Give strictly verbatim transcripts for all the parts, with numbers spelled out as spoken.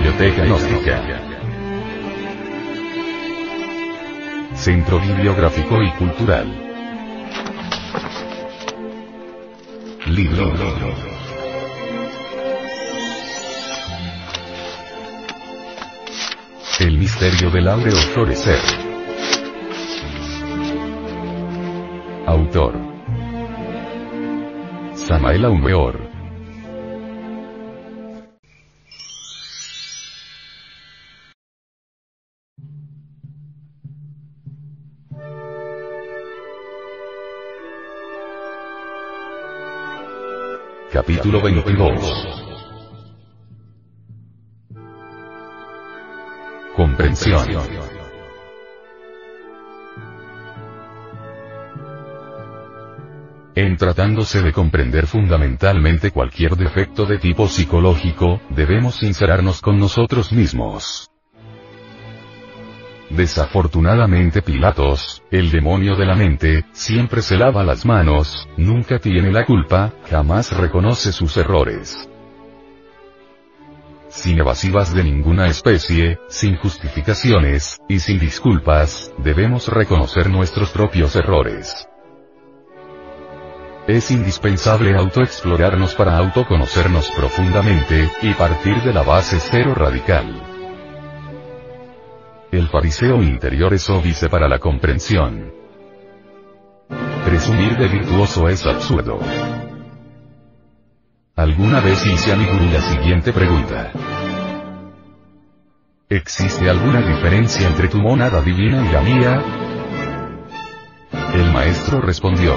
Biblioteca Gnóstica. Centro Bibliográfico y Cultural. Libro. El misterio del áureo florecer. Autor: Samael Aun Weor. Capítulo veintidós. Comprensión. En tratándose de comprender fundamentalmente cualquier defecto de tipo psicológico, debemos sincerarnos con nosotros mismos. Desafortunadamente Pilatos, el demonio de la mente, siempre se lava las manos, nunca tiene la culpa, jamás reconoce sus errores. Sin evasivas de ninguna especie, sin justificaciones, y sin disculpas, debemos reconocer nuestros propios errores. Es indispensable autoexplorarnos para autoconocernos profundamente, y partir de la base cero radical. El fariseo interior es óbice para la comprensión. Presumir de virtuoso es absurdo. Alguna vez hice a mi gurú la siguiente pregunta: ¿existe alguna diferencia entre tu mónada divina y la mía? El maestro respondió: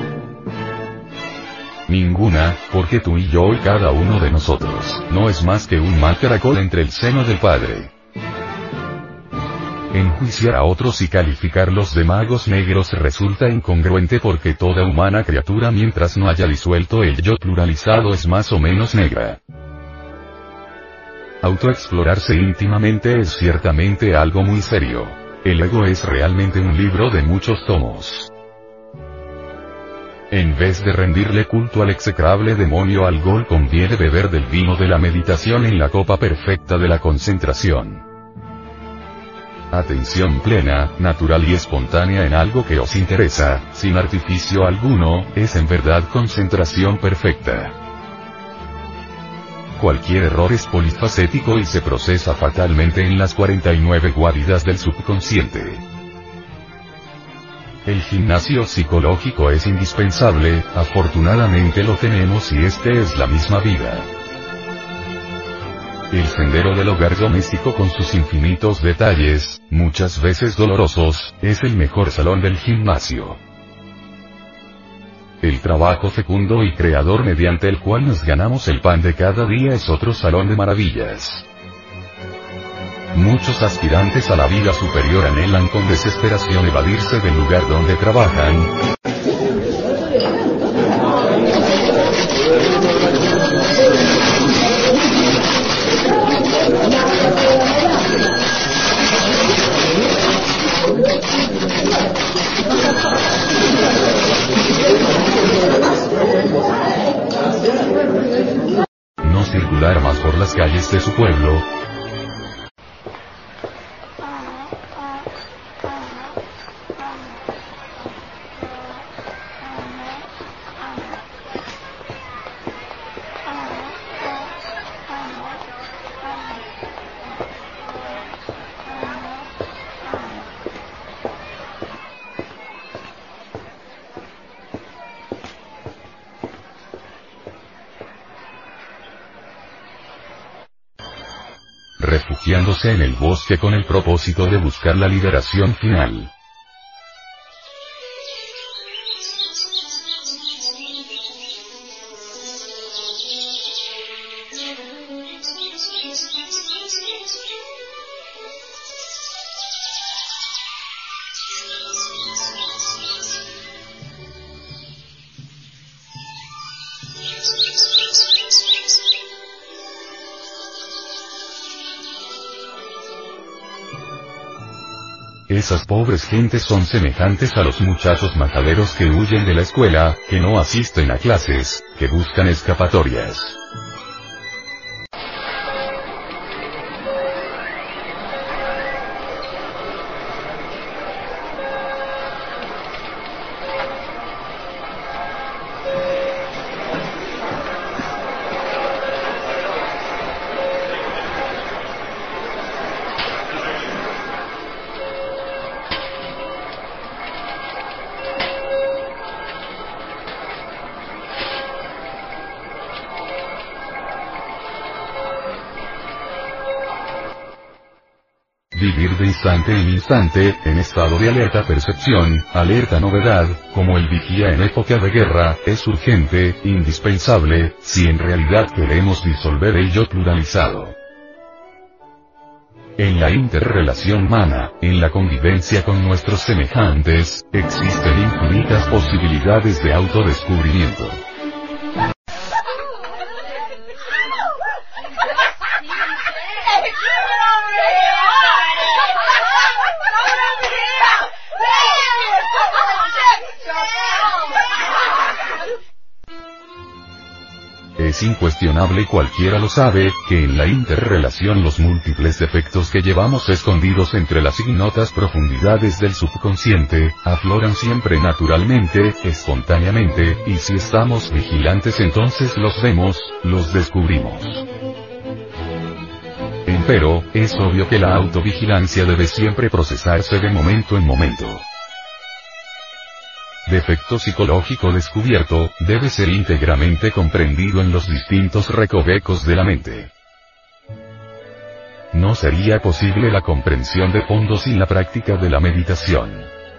ninguna, porque tú y yo y cada uno de nosotros, no es más que un mal caracol entre el seno del Padre. Enjuiciar a otros y calificarlos de magos negros resulta incongruente porque toda humana criatura mientras no haya disuelto el yo pluralizado es más o menos negra. Autoexplorarse íntimamente es ciertamente algo muy serio. El ego es realmente un libro de muchos tomos. En vez de rendirle culto al execrable demonio Algol, conviene beber del vino de la meditación en la copa perfecta de la concentración. Atención plena, natural y espontánea en algo que os interesa, sin artificio alguno, es en verdad concentración perfecta. Cualquier error es polifacético y se procesa fatalmente en las cuarenta y nueve guaridas del subconsciente. El gimnasio psicológico es indispensable, afortunadamente lo tenemos y este es la misma vida. El sendero del hogar doméstico con sus infinitos detalles, muchas veces dolorosos, es el mejor salón del gimnasio. El trabajo fecundo y creador mediante el cual nos ganamos el pan de cada día es otro salón de maravillas. Muchos aspirantes a la vida superior anhelan con desesperación evadirse del lugar donde trabajan. No circular más por las calles de su pueblo. Refugiándose en el bosque con el propósito de buscar la liberación final. Esas pobres gentes son semejantes a los muchachos majaderos que huyen de la escuela, que no asisten a clases, que buscan escapatorias. vivir de instante en instante, en estado de alerta percepción, alerta novedad, como el vigía en época de guerra, es urgente, indispensable, si en realidad queremos disolver el yo pluralizado. En la interrelación humana, en la convivencia con nuestros semejantes, existen infinitas posibilidades de autodescubrimiento. Es incuestionable, cualquiera lo sabe, que en la interrelación los múltiples defectos que llevamos escondidos entre las ignotas profundidades del subconsciente, afloran siempre naturalmente, espontáneamente, y si estamos vigilantes entonces los vemos, los descubrimos. Empero, es obvio que la autovigilancia debe siempre procesarse de momento en momento. Defecto psicológico descubierto, debe ser íntegramente comprendido en los distintos recovecos de la mente. No sería posible la comprensión de fondo sin la práctica de la meditación.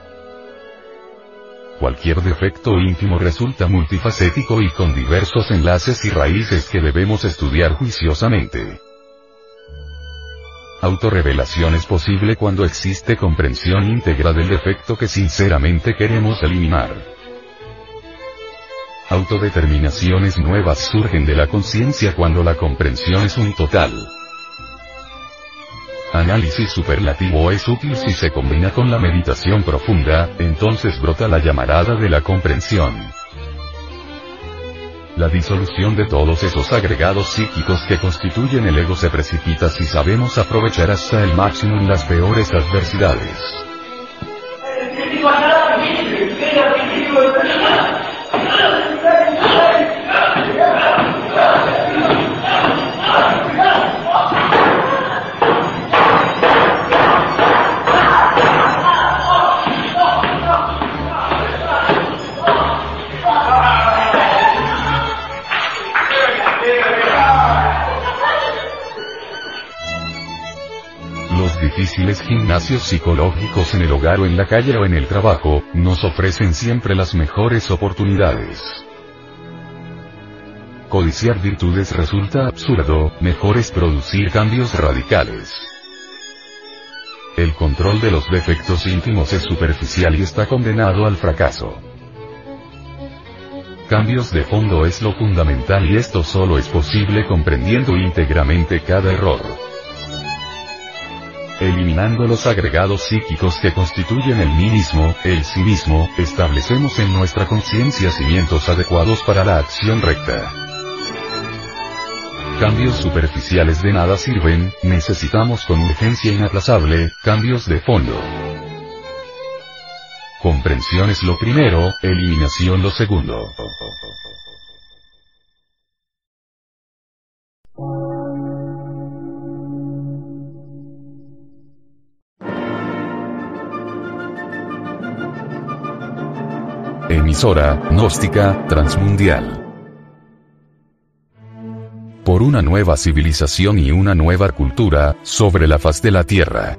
Cualquier defecto íntimo resulta multifacético y con diversos enlaces y raíces que debemos estudiar juiciosamente. Autorrevelación es posible cuando existe comprensión íntegra del defecto que sinceramente queremos eliminar. Autodeterminaciones nuevas surgen de la conciencia cuando la comprensión es un total. Análisis superlativo es útil si se combina con la meditación profunda, entonces brota la llamarada de la comprensión. La disolución de todos esos agregados psíquicos que constituyen el ego se precipita si sabemos aprovechar hasta el máximo en las peores adversidades. Difíciles gimnasios psicológicos en el hogar o en la calle o en el trabajo, nos ofrecen siempre las mejores oportunidades. Codiciar virtudes resulta absurdo, mejor es producir cambios radicales. El control de los defectos íntimos es superficial y está condenado al fracaso. Cambios de fondo es lo fundamental y esto solo es posible comprendiendo íntegramente cada error. Eliminando los agregados psíquicos que constituyen el mí mismo, el sí mismo, establecemos en nuestra conciencia cimientos adecuados para la acción recta. Cambios superficiales de nada sirven, necesitamos con urgencia inaplazable, cambios de fondo. Comprensión es lo primero, eliminación lo segundo. Emisora gnóstica transmundial. Por una nueva civilización y una nueva cultura, sobre la faz de la Tierra.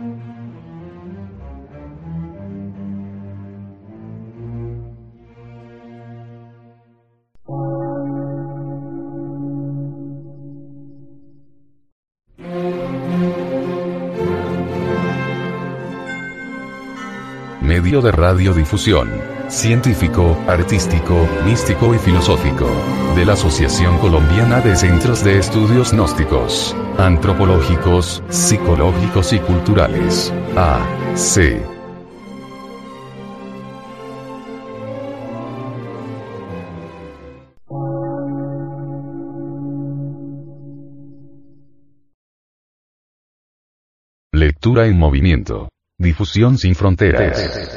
Medio de radiodifusión, científico, artístico, místico y filosófico, de la Asociación Colombiana de Centros de Estudios Gnósticos, Antropológicos, Psicológicos y Culturales, A C Lectura en movimiento. Difusión sin fronteras.